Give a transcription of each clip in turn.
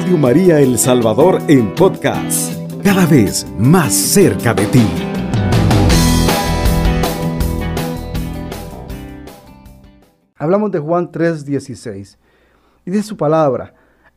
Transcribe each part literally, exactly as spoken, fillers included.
Radio María El Salvador en podcast, cada vez más cerca de ti. Hablamos de Juan tres dieciséis. Y dice su palabra: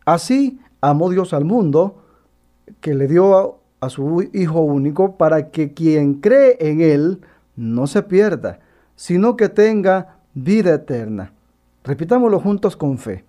así amó Dios al mundo, que le dio a, a su Hijo único, para que quien cree en Él no se pierda, sino que tenga vida eterna. Repitámoslo juntos con fe.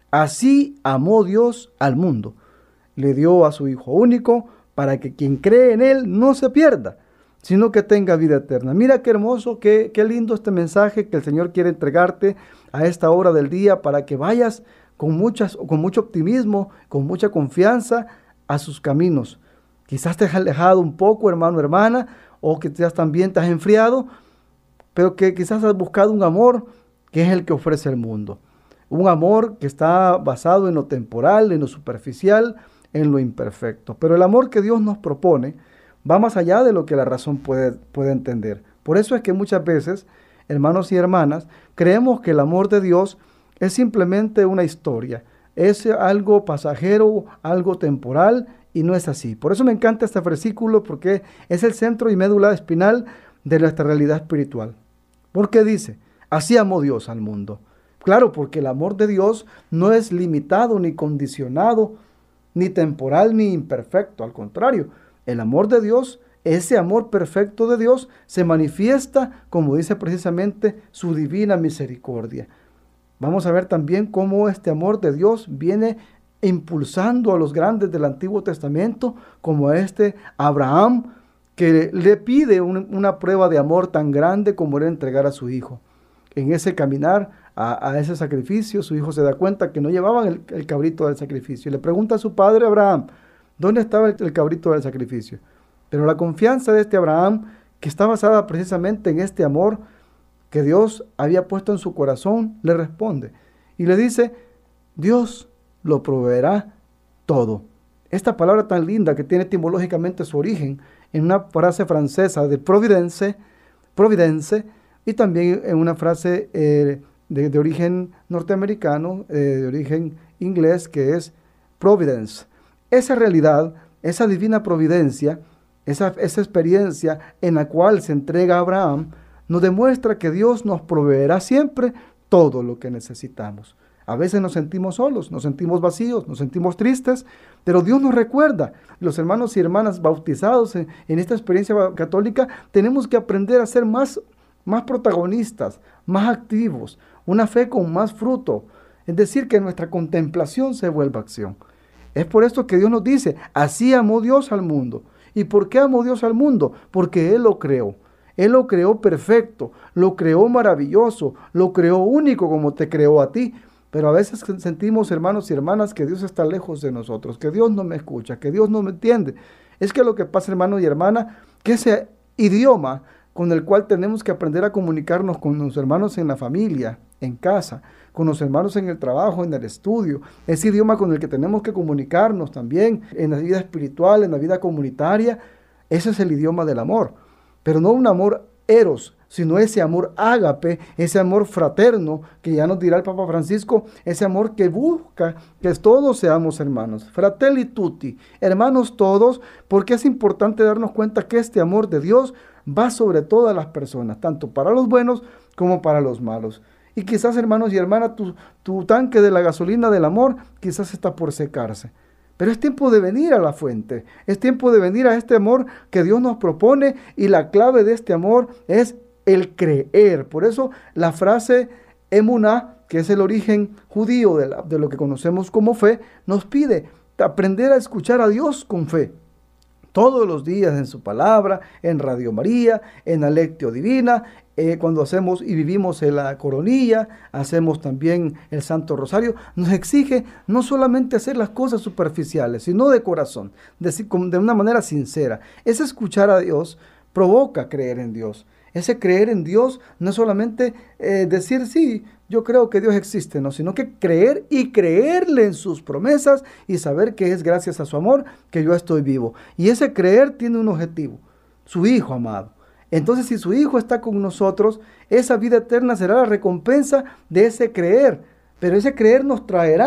Así amó Dios al mundo, le dio a su Hijo único, para que quien cree en Él no se pierda, sino que tenga vida eterna. Mira qué hermoso, qué, qué lindo este mensaje que el Señor quiere entregarte a esta hora del día, para que vayas con, muchas, con mucho optimismo, con mucha confianza a sus caminos. Quizás te has alejado un poco, hermano, hermana, o quizás también te has enfriado, pero que quizás has buscado un amor que es el que ofrece el mundo. Un amor que está basado en lo temporal, en lo superficial, en lo imperfecto. Pero el amor que Dios nos propone va más allá de lo que la razón puede, puede entender. Por eso es que muchas veces, hermanos y hermanas, creemos que el amor de Dios es simplemente una historia, es algo pasajero, algo temporal, y no es así. Por eso me encanta este versículo, porque es el centro y médula espinal de nuestra realidad espiritual. Porque dice: así amó Dios al mundo. Claro, porque el amor de Dios no es limitado, ni condicionado, ni temporal, ni imperfecto. Al contrario, el amor de Dios, ese amor perfecto de Dios, se manifiesta, como dice precisamente, su divina misericordia. Vamos a ver también cómo este amor de Dios viene impulsando a los grandes del Antiguo Testamento, como a este Abraham, que le pide un, una prueba de amor tan grande como era entregar a su hijo. En ese caminar a, a ese sacrificio, su hijo se da cuenta que no llevaban el, el cabrito del sacrificio. Y le pregunta a su padre Abraham: ¿dónde estaba el, el cabrito del sacrificio? Pero la confianza de este Abraham, que está basada precisamente en este amor que Dios había puesto en su corazón, le responde y le dice: Dios lo proveerá todo. Esta palabra tan linda, que tiene etimológicamente su origen en una frase francesa de providence, providence, y también en una frase eh, de, de origen norteamericano, eh, de origen inglés, que es providence. Esa realidad, esa divina providencia, esa, esa experiencia en la cual se entrega a Abraham, nos demuestra que Dios nos proveerá siempre todo lo que necesitamos. A veces nos sentimos solos, nos sentimos vacíos, nos sentimos tristes, pero Dios nos recuerda. Los hermanos y hermanas bautizados en, en esta experiencia católica, tenemos que aprender a ser más, más protagonistas, más activos, una fe con más fruto. Es decir, que nuestra contemplación se vuelva acción. Es por esto que Dios nos dice: así amó Dios al mundo. ¿Y por qué amó Dios al mundo? Porque Él lo creó. Él lo creó perfecto, lo creó maravilloso, lo creó único como te creó a ti. Pero a veces sentimos, hermanos y hermanas, que Dios está lejos de nosotros, que Dios no me escucha, que Dios no me entiende. Es que lo que pasa, hermano y hermana, que ese idioma con el cual tenemos que aprender a comunicarnos con los hermanos en la familia, en casa, con los hermanos en el trabajo, en el estudio, ese idioma con el que tenemos que comunicarnos también en la vida espiritual, en la vida comunitaria, ese es el idioma del amor. Pero no un amor eros, sino ese amor ágape, ese amor fraterno, que ya nos dirá el Papa Francisco, ese amor que busca que todos seamos hermanos. Fratelli tutti, hermanos todos, porque es importante darnos cuenta que este amor de Dios va sobre todas las personas, tanto para los buenos como para los malos. Y quizás, hermanos y hermanas, tu, tu tanque de la gasolina del amor quizás está por secarse. Pero es tiempo de venir a la fuente, es tiempo de venir a este amor que Dios nos propone, y la clave de este amor es el creer. Por eso la frase emuná, que es el origen judío de, la, de lo que conocemos como fe, nos pide aprender a escuchar a Dios con fe. Todos los días en su palabra, en Radio María, en la Lectio Divina, eh, cuando hacemos y vivimos en la coronilla, hacemos también el Santo Rosario, nos exige no solamente hacer las cosas superficiales, sino de corazón, de, de una manera sincera. Ese escuchar a Dios provoca creer en Dios. Ese creer en Dios no es solamente eh, decir sí, yo creo que Dios existe, no, sino que creer y creerle en sus promesas y saber que es gracias a su amor que yo estoy vivo. Y ese creer tiene un objetivo: su Hijo amado. Entonces, si su Hijo está con nosotros, esa vida eterna será la recompensa de ese creer. Pero ese creer nos traerá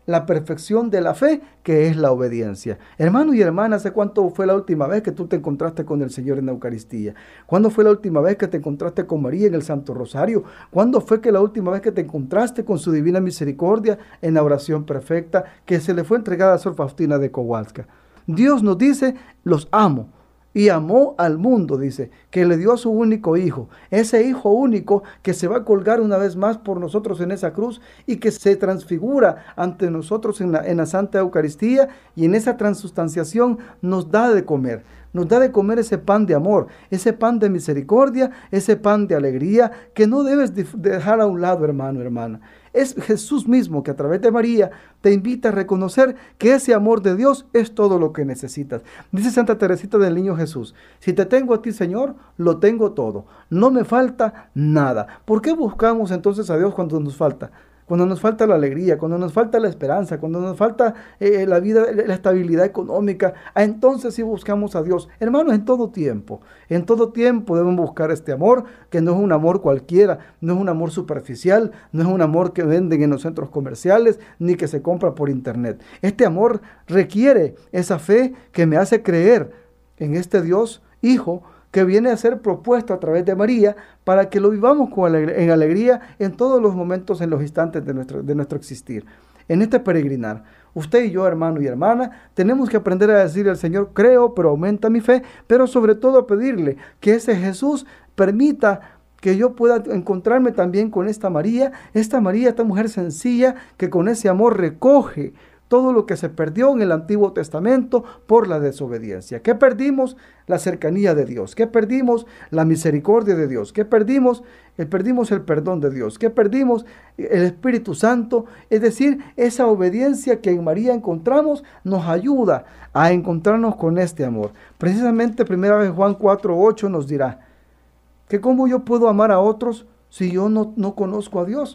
la perfección de la fe, que es la obediencia. Hermano y hermana, ¿hace cuánto fue la última vez que tú te encontraste con el Señor en la Eucaristía? ¿Cuándo fue la última vez que te encontraste con María en el Santo Rosario? ¿Cuándo fue que la última vez que te encontraste con su divina misericordia en la oración perfecta que se le fue entregada a Sor Faustina de Kowalska? Dios nos dice, los amo. Y amó al mundo, dice, que le dio a su único hijo, ese hijo único que se va a colgar una vez más por nosotros en esa cruz y que se transfigura ante nosotros en la, en la Santa Eucaristía, y en esa transustanciación nos da de comer. Nos da de comer ese pan de amor, ese pan de misericordia, ese pan de alegría que no debes dejar a un lado, hermano, hermana. Es Jesús mismo que a través de María te invita a reconocer que ese amor de Dios es todo lo que necesitas. Dice Santa Teresita del Niño Jesús: si te tengo a ti, Señor, lo tengo todo. No me falta nada. ¿Por qué buscamos entonces a Dios cuando nos falta? Cuando nos falta la alegría, cuando nos falta la esperanza, cuando nos falta eh, la vida, la estabilidad económica, entonces sí buscamos a Dios. Hermanos, en todo tiempo, en todo tiempo debemos buscar este amor, que no es un amor cualquiera, no es un amor superficial, no es un amor que venden en los centros comerciales, ni que se compra por internet. Este amor requiere esa fe que me hace creer en este Dios Hijo, que viene a ser propuesto a través de María para que lo vivamos con alegría, en alegría en todos los momentos, en los instantes de nuestro, de nuestro existir. En este peregrinar, usted y yo, hermano y hermana, tenemos que aprender a decirle al Señor: creo, pero aumenta mi fe, pero sobre todo a pedirle que ese Jesús permita que yo pueda encontrarme también con esta María, esta María, esta mujer sencilla, que con ese amor recoge todo lo que se perdió en el Antiguo Testamento por la desobediencia. ¿Qué perdimos? La cercanía de Dios. ¿Qué perdimos? La misericordia de Dios. ¿Qué perdimos? Eh, perdimos el perdón de Dios. ¿Qué perdimos? El Espíritu Santo. Es decir, esa obediencia que en María encontramos nos ayuda a encontrarnos con este amor. Precisamente primera vez Juan cuatro ocho nos dirá que cómo yo puedo amar a otros si yo no, no conozco a Dios.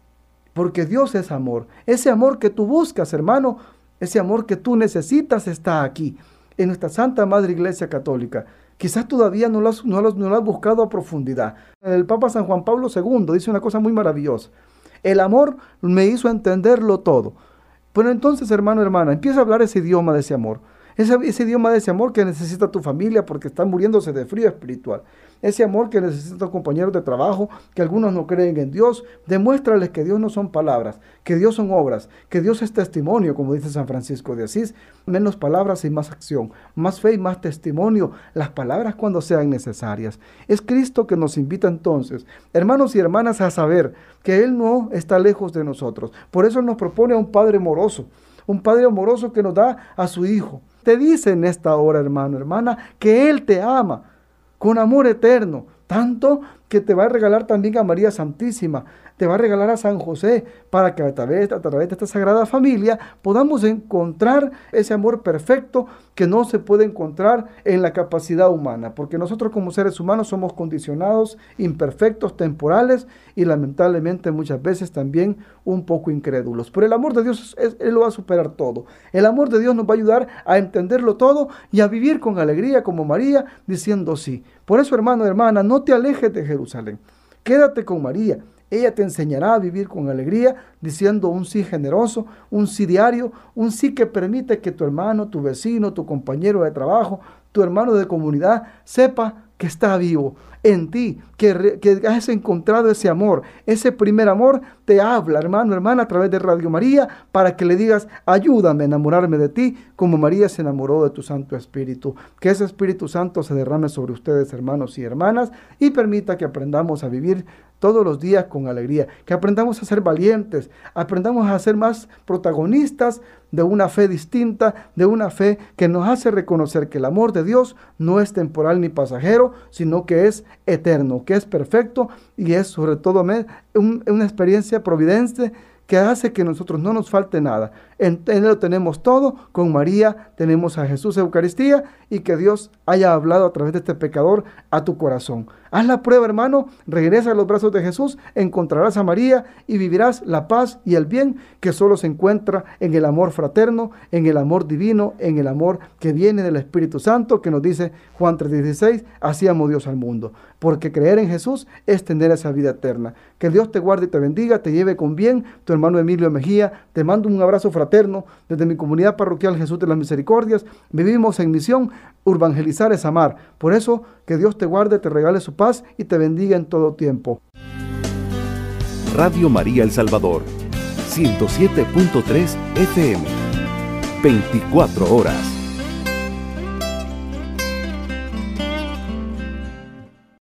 Porque Dios es amor. Ese amor que tú buscas, hermano, ese amor que tú necesitas está aquí, en nuestra Santa Madre Iglesia Católica. Quizás todavía no lo has, no lo, no lo has buscado a profundidad. El Papa San Juan Pablo segundo dice una cosa muy maravillosa: el amor me hizo entenderlo todo. Pero entonces, hermano, hermana, empieza a hablar ese idioma de ese amor. Ese, ese idioma de ese amor que necesita tu familia porque están muriéndose de frío espiritual. Ese amor que necesitan tus compañeros de trabajo, que algunos no creen en Dios. Demuéstrales que Dios no son palabras, que Dios son obras, que Dios es testimonio, como dice San Francisco de Asís. Menos palabras y más acción, más fe y más testimonio. Las palabras cuando sean necesarias. Es Cristo que nos invita entonces, hermanos y hermanas, a saber que Él no está lejos de nosotros. Por eso nos propone a un Padre amoroso, un Padre amoroso que nos da a su Hijo. Te dice en esta hora, hermano, hermana, que Él te ama con amor eterno, tanto que te va a regalar también a María Santísima, te va a regalar a San José, para que a través, a través de esta Sagrada Familia podamos encontrar ese amor perfecto que no se puede encontrar en la capacidad humana, porque nosotros como seres humanos somos condicionados, imperfectos, temporales y lamentablemente muchas veces también un poco incrédulos. Pero el amor de Dios, es, Él lo va a superar todo. El amor de Dios nos va a ayudar a entenderlo todo y a vivir con alegría como María, diciendo sí. Por eso, hermano, hermana, no te alejes de Jerusalén. Quédate con María. Ella te enseñará a vivir con alegría, diciendo un sí generoso, un sí diario, un sí que permite que tu hermano, tu vecino, tu compañero de trabajo, tu hermano de comunidad sepa que está vivo en ti, que, que has encontrado ese amor. Ese primer amor te habla, hermano, hermana, a través de Radio María, para que le digas: ayúdame a enamorarme de ti, como María se enamoró de tu Santo Espíritu. Que ese Espíritu Santo se derrame sobre ustedes, hermanos y hermanas, y permita que aprendamos a vivir todos los días con alegría, que aprendamos a ser valientes, aprendamos a ser más protagonistas de una fe distinta, de una fe que nos hace reconocer que el amor de Dios no es temporal ni pasajero, sino que es eterno, que es perfecto y es sobre todo un, una experiencia providente que hace que nosotros no nos falte nada. En Él lo tenemos todo. Con María tenemos a Jesús Eucaristía, y que Dios haya hablado a través de este pecador a tu corazón. Haz la prueba, hermano, regresa a los brazos de Jesús, encontrarás a María y vivirás la paz y el bien que solo se encuentra en el amor fraterno, en el amor divino, en el amor que viene del Espíritu Santo, que nos dice Juan tres dieciséis: así amó Dios al mundo. Porque creer en Jesús es tener esa vida eterna. Que Dios te guarde y te bendiga, te lleve con bien. Tu hermano Emilio Mejía, te mando un abrazo fraterno desde mi comunidad parroquial Jesús de las Misericordias. Vivimos en misión, evangelizar es amar. Por eso, que Dios te guarde, te regale su paz y te bendiga en todo tiempo. Radio María El Salvador, ciento siete punto tres F M, veinticuatro horas.